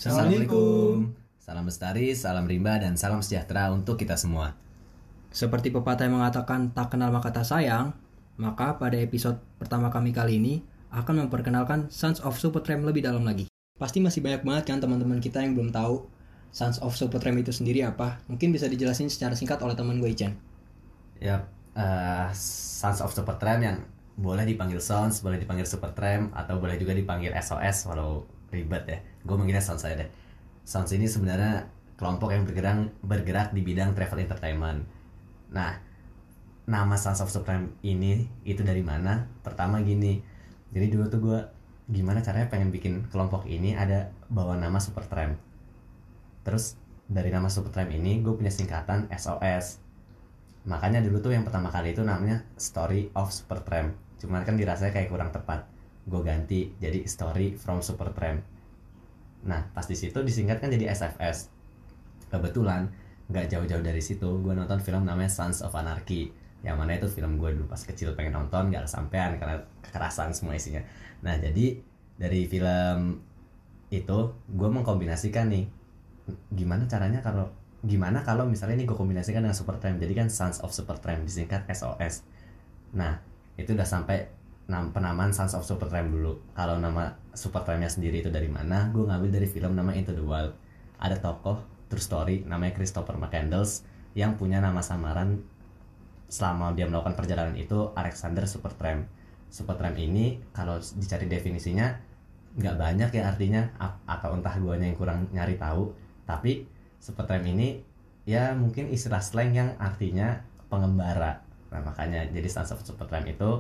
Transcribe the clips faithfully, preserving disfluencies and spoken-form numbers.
Assalamualaikum. Salam lestari, salam rimba, dan salam sejahtera untuk kita semua. Seperti pepatah yang mengatakan tak kenal maka tak sayang, maka pada episode pertama kami kali ini akan memperkenalkan Sons of Supertramp lebih dalam lagi. Pasti masih banyak banget kan teman-teman kita yang belum tahu Sons of Supertramp itu sendiri apa. Mungkin bisa dijelasin secara singkat oleh teman gue Ichen. Ya, uh, Sons of Supertramp yang boleh dipanggil Sons, boleh dipanggil Supertramp, atau boleh juga dipanggil S O S walau ribet ya. Gue manggilnya Sons aja deh. Sons ini sebenarnya kelompok yang bergerak bergerak di bidang travel entertainment. Nah, nama Sons of Supertramp ini itu dari mana? Pertama gini. Jadi dulu tuh gue gimana caranya pengen bikin kelompok ini ada bawa nama Supertramp. Terus dari nama Supertramp ini gue punya singkatan S O S. Makanya dulu tuh yang pertama kali itu namanya Story of Supertramp. Cuman kan dirasanya kayak kurang tepat. Gue ganti jadi Story from Supertramp. Nah, pas di situ disingkatkan jadi S F S. Kebetulan nggak jauh-jauh dari situ gue nonton film namanya Sons of Anarchy, yang mana itu film gue dulu pas kecil pengen nonton nggak kesampean karena kekerasan semua isinya. Nah, jadi dari film itu gue mengkombinasikan nih gimana caranya kalau gimana kalau misalnya ini gue kombinasikan dengan Supertramp, jadi kan Sons of Supertramp disingkat S O S. Nah, itu udah sampai nama penamaan Sons of Supertramp dulu. Kalau nama Supertrampnya sendiri itu dari mana? Gue ngambil dari film nama Into the Wild. Ada tokoh true story namanya Christopher McCandless yang punya nama samaran selama dia melakukan perjalanan itu Alexander Supertramp. Supertramp ini kalau dicari definisinya nggak banyak ya artinya, atau entah guanya yang kurang nyari tahu. Tapi Supertramp ini ya mungkin istilah slang yang artinya pengembara. Nah, makanya jadi Sons of Supertramp itu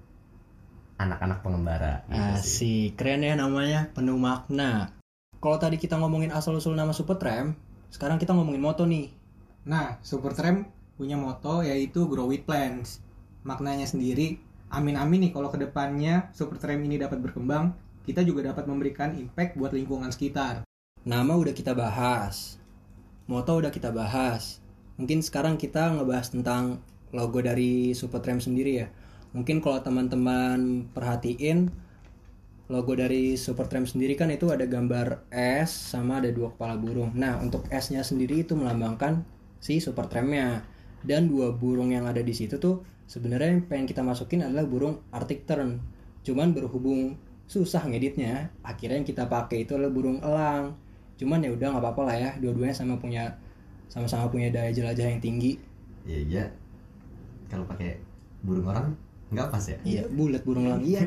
anak-anak pengembara gitu. Asik, keren ya namanya, penuh makna. Kalau tadi kita ngomongin asal-usul nama Supertramp, sekarang kita ngomongin moto nih. Nah, Supertramp punya moto yaitu Grow with Plants. Maknanya sendiri, amin-amin nih kalau kedepannya Supertramp ini dapat berkembang, kita juga dapat memberikan impact buat lingkungan sekitar. Nama udah kita bahas, moto udah kita bahas. Mungkin sekarang kita ngebahas tentang logo dari Supertramp sendiri ya. Mungkin kalau teman-teman perhatiin logo dari Supertramp sendiri kan itu ada gambar S sama ada dua kepala burung. Nah, untuk S-nya sendiri itu melambangkan si Supertramp-nya. Dan dua burung yang ada di situ tuh sebenarnya yang pengen kita masukin adalah burung Arctic Tern. Cuman berhubung susah ngeditnya, akhirnya yang kita pakai itu adalah burung elang. Cuman ya udah nggak apa-apa lah ya, dua-duanya sama punya sama-sama punya daya jelajah yang tinggi. Iya, iya. Kalau pakai burung orang nggak pas ya? Iya, bulat burung elang. Iya.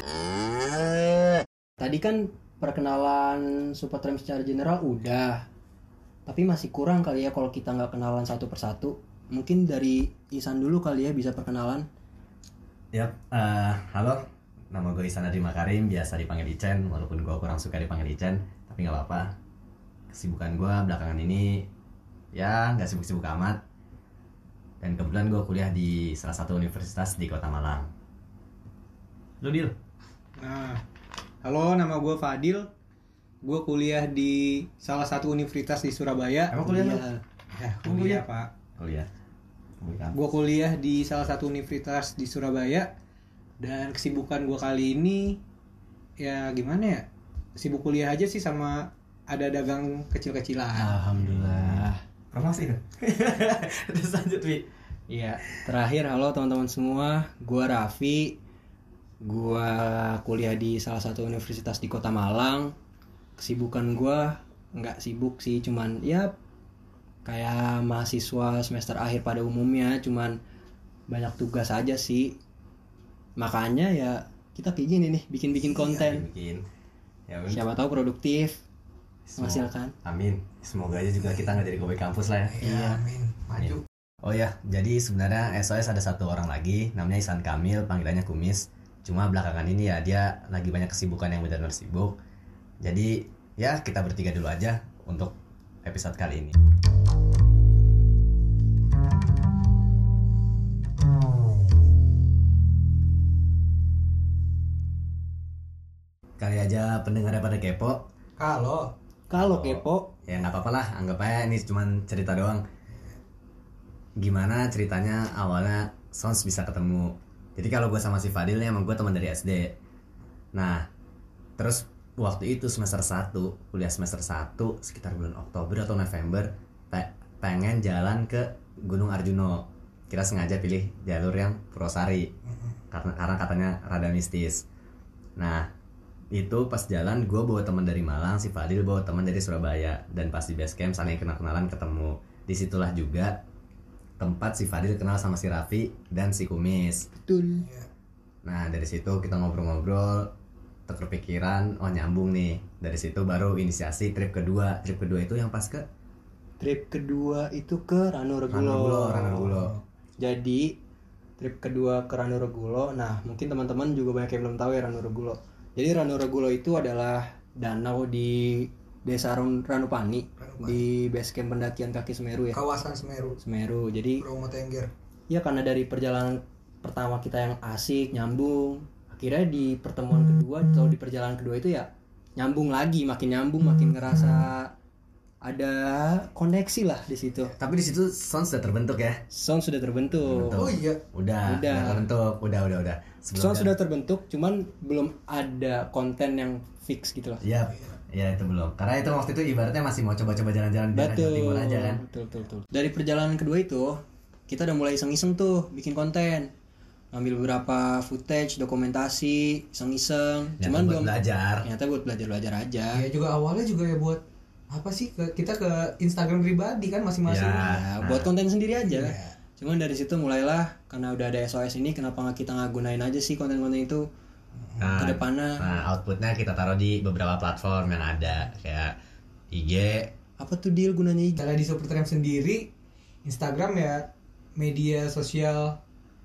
Tadi kan perkenalan Supertramp secara general udah, tapi masih kurang kali ya kalau kita nggak kenalan satu persatu. Mungkin dari Isan dulu kali ya bisa perkenalan. Yap, uh, halo, nama gue Isan Adri Makarim, biasa dipanggil Ichen, walaupun gue kurang suka dipanggil Ichen, tapi nggak apa-apa. Kesibukan gue belakangan ini ya nggak sibuk-sibuk amat. Dan kebetulan gue kuliah di salah satu universitas di Kota Malang. Lu Dil? Nah, halo, nama gue Fadil. Gue kuliah di salah satu universitas di Surabaya. Emang kuliah lu? Ya, kuliah, Pak. Kuliah. Kuliah. Gue kuliah di salah satu universitas di Surabaya. Dan kesibukan gue kali ini ya gimana ya? Sibuk kuliah aja sih sama ada dagang kecil-kecilan. Alhamdulillah. Promosi kan? Terus lanjut, Wi. Iya, terakhir halo teman-teman semua, gua Raffi. Gua kuliah di salah satu universitas di Kota Malang. Kesibukan gua nggak sibuk sih, cuman ya kayak mahasiswa semester akhir pada umumnya, cuman banyak tugas aja sih. Makanya ya kita kayak gini nih, bikin-bikin konten. Bikin. Ya, siapa tahu produktif. Menghasilkan. Amin. Semoga aja juga kita nggak jadi gobe kampus lah ya. Iya, amin. Maju. Oh ya, jadi sebenarnya S O S ada satu orang lagi, namanya Isan Kamil, panggilannya Kumis. Cuma belakangan ini ya dia lagi banyak kesibukan yang benar-benar sibuk. Jadi ya kita bertiga dulu aja untuk episode kali ini. Kali aja pendengarnya pada kepo. Kalau Kalau kepo, ya nggak apa-apa lah, anggap aja ini cuma cerita doang. Gimana ceritanya awalnya Sons bisa ketemu. Jadi kalau gue sama si Fadil nih emang gue teman dari S D. Nah, terus waktu itu semester satu, kuliah semester satu sekitar bulan Oktober atau November, pe- pengen jalan ke Gunung Arjuno. Kita sengaja pilih jalur yang Purwosari karena karena katanya rada mistis. Nah itu pas jalan gue bawa teman dari Malang, si Fadil bawa teman dari Surabaya, dan pas di base camp saling kenal-kenalan ketemu. Disitulah juga tempat si Fadil kenal sama si Raffi dan si Kumis. Betul. Nah dari situ kita ngobrol-ngobrol, terkepikiran, oh nyambung nih. Dari situ baru inisiasi trip kedua. Trip kedua itu yang pas ke Trip kedua itu ke Ranu Regulo. Ranu Regulo, Ranu Regulo. Jadi trip kedua ke Ranu Regulo. Nah, mungkin teman-teman juga banyak yang belum tahu ya Ranu Regulo. Jadi Ranu Regulo itu adalah danau di Desa Ran- Ranupani, Ranupani. di base camp pendakian kaki Semeru ya. Kawasan Semeru. Semeru. Jadi Bromo Tengger. ya karena dari perjalanan pertama kita yang asik, nyambung, akhirnya di pertemuan kedua atau di perjalanan kedua itu ya nyambung lagi, makin nyambung, makin ngerasa ada koneksi lah di situ. Tapi di situ sound sudah terbentuk ya. Sound sudah terbentuk. Terbentuk. Oh iya. Udah, Udah. udah terbentuk, udah, udah, udah. Sebelum Sound dan- sudah terbentuk, cuman belum ada konten yang fix gitu loh. Iya, ya itu belum. Karena itu waktu itu ibaratnya masih mau coba-coba jalan-jalan di daerah Jawa Betul, Timur aja kan. betul, betul, betul. Dari perjalanan kedua itu, kita udah mulai iseng-iseng tuh bikin konten, ngambil beberapa footage, dokumentasi, iseng-iseng. Nyata Cuman buat belum. belajar. Ternyata buat belajar-belajar aja. Ya juga awalnya juga ya buat apa sih ke, kita ke Instagram pribadi kan masing-masing. Ya. Ya, buat konten sendiri aja. Iya. Cuman dari situ mulailah, karena udah ada S O S ini, kenapa nggak kita nggak gunain aja sih konten-konten itu Nah, ke depannya? nah, outputnya kita taruh di beberapa platform yang ada kayak I G. Apa tuh deal gunanya I G? Kalau di Supertramp sendiri, Instagram ya media sosial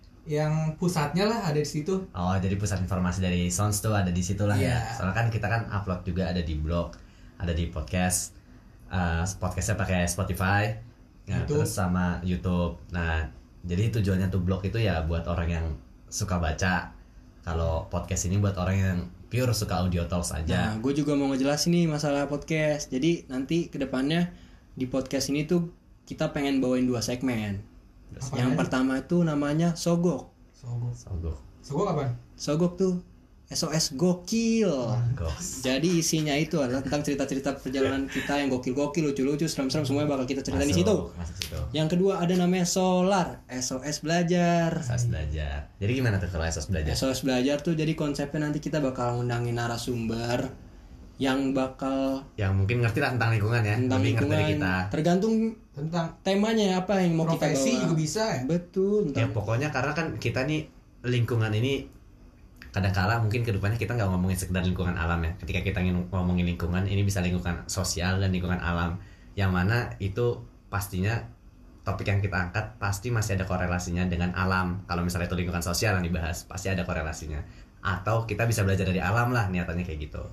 yang pusatnya lah ada di situ. Oh, jadi pusat informasi dari Sounds tuh ada di situ lah ya. Iya. Soalnya kan kita kan upload juga ada di blog, ada di podcast. Uh, podcastnya pakai Spotify, nah, YouTube. terus sama YouTube. Nah, jadi tujuannya tuh blog itu ya buat orang yang suka baca. Kalau podcast ini buat orang yang pure suka audio talks aja. Nah, gue juga mau ngejelasin nih masalah podcast. Jadi nanti kedepannya di podcast ini tuh kita pengen bawain dua segmen. Apa Yang aja? pertama itu namanya Sogok. Sogok. Sogok. Sogok apa? Sogok tuh S O S gokil. Goks. Jadi isinya itu adalah tentang cerita-cerita perjalanan kita yang gokil-gokil, lucu-lucu, serem-serem, semuanya bakal kita ceritain di situ. Masuk situ. Yang kedua ada namanya Solar, S O S belajar. S O S belajar. Jadi gimana tuh kalau S O S belajar? S O S belajar tuh jadi konsepnya nanti kita bakal ngundangin narasumber yang bakal Yang mungkin ngerti lah tentang lingkungan ya. tentang Lebih ngerti dari lingkungan, kita. tergantung Tentang temanya apa yang mau kita profesi bawa. juga bisa ya. Betul, Ya tentang pokoknya karena kan kita nih lingkungan ini kadang-kala mungkin kedepannya kita nggak ngomongin sekedar lingkungan alam ya. Ketika kita ingin ngomongin lingkungan, ini bisa lingkungan sosial dan lingkungan alam, yang mana itu pastinya topik yang kita angkat pasti masih ada korelasinya dengan alam. Kalau misalnya itu lingkungan sosial yang dibahas, pasti ada korelasinya. Atau kita bisa belajar dari alam lah, niatannya kayak gitu.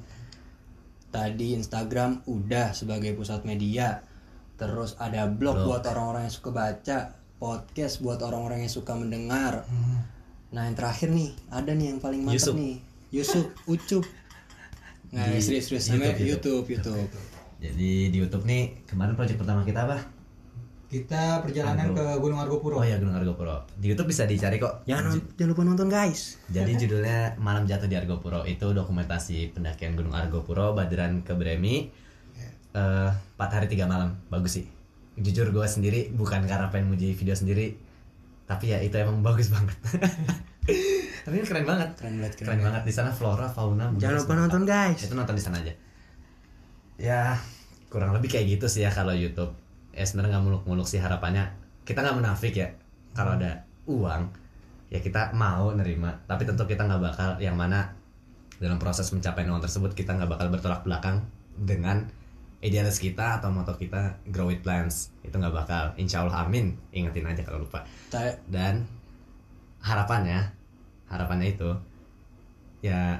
tadi Instagram udah sebagai pusat media. Terus ada blog Blog. buat orang-orang yang suka baca, podcast buat orang-orang yang suka mendengar. Hmm. Nah, yang terakhir nih, ada nih yang paling mantap Yusuf. nih. Yusuf, Ucup. Nah, Di serius-serius namanya YouTube, YouTube, YouTube. Jadi di YouTube nih kemarin proyek pertama kita apa? Kita perjalanan Argo. ke Gunung Argopuro. Oh ya, Gunung Argopuro. Di YouTube bisa dicari kok. Jangan, jangan lupa nonton guys. Jadi judulnya Malam Jatuh di Argopuro. Itu dokumentasi pendakian Gunung Argopuro, Badran ke Bremi. Eh, empat hari tiga malam. Bagus sih. Jujur gue sendiri bukan karena pengen muji video sendiri, tapi ya itu emang bagus banget. Tapi ini keren banget. Keren banget, keren Keren banget di sana flora, fauna. budaya, Jangan lupa semua nonton lengkap. guys. Itu nonton di sana aja. Ya kurang lebih kayak gitu sih ya kalau YouTube. Ya sebenarnya nggak muluk-muluk sih harapannya. Kita nggak munafik ya. Kalau ada uang, ya kita mau nerima. Tapi tentu kita nggak bakal yang mana dalam proses mencapai uang tersebut kita nggak bakal bertolak belakang dengan idealis kita atau moto kita grow with plants. Itu nggak bakal. Insya Allah amin. Ingetin aja kalau lupa. Ta- Dan harapannya, harapannya itu ya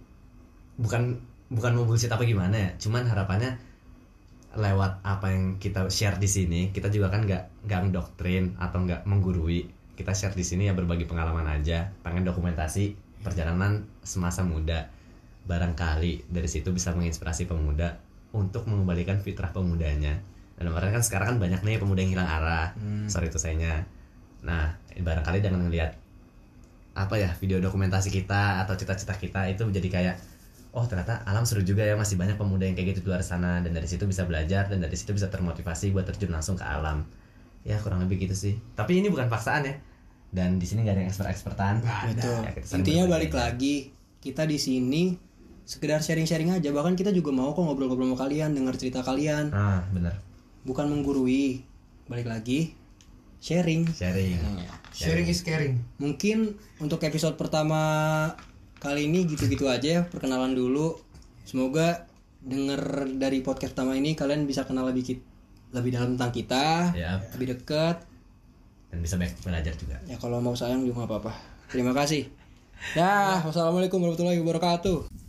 bukan bukan mau bullshit apa gimana ya. Cuman harapannya lewat apa yang kita share di sini, kita juga kan nggak nggak mendoktrin atau nggak menggurui. Kita share di sini ya berbagi pengalaman aja. Pengen dokumentasi perjalanan semasa muda. Barangkali dari situ bisa menginspirasi pemuda untuk mengembalikan fitrah pemudanya. Dan kemarin kan sekarang kan banyak nih pemuda yang hilang arah. Hmm. Sorry itu sayanya. Nah, barangkali dengan melihat apa ya video dokumentasi kita atau cita-cita kita itu jadi kayak oh ternyata alam seru juga ya, masih banyak pemuda yang kayak gitu di luar sana, dan dari situ bisa belajar dan dari situ bisa termotivasi buat terjun langsung ke alam. Ya kurang lebih gitu sih. Tapi ini bukan paksaan ya. Dan di sini nggak ada yang expert-expertan. Betul. Ya, kita saling Intinya berbagi balik aja. lagi, kita di sini sekedar sharing-sharing aja. Bahkan kita juga mau kok ngobrol-ngobrol sama kalian, dengar cerita kalian. Ah benar. Bukan menggurui. Balik lagi, sharing. Sharing. Sharing is caring. Mungkin untuk episode pertama kali ini gitu-gitu aja ya, perkenalan dulu. Semoga denger dari podcast pertama ini kalian bisa kenal lebih kit- lebih dalam tentang kita, Ya. lebih dekat. Dan bisa banyak belajar juga. Ya kalau mau sayang juga nggak apa-apa. Terima kasih. Dah, wassalamualaikum warahmatullahi wabarakatuh.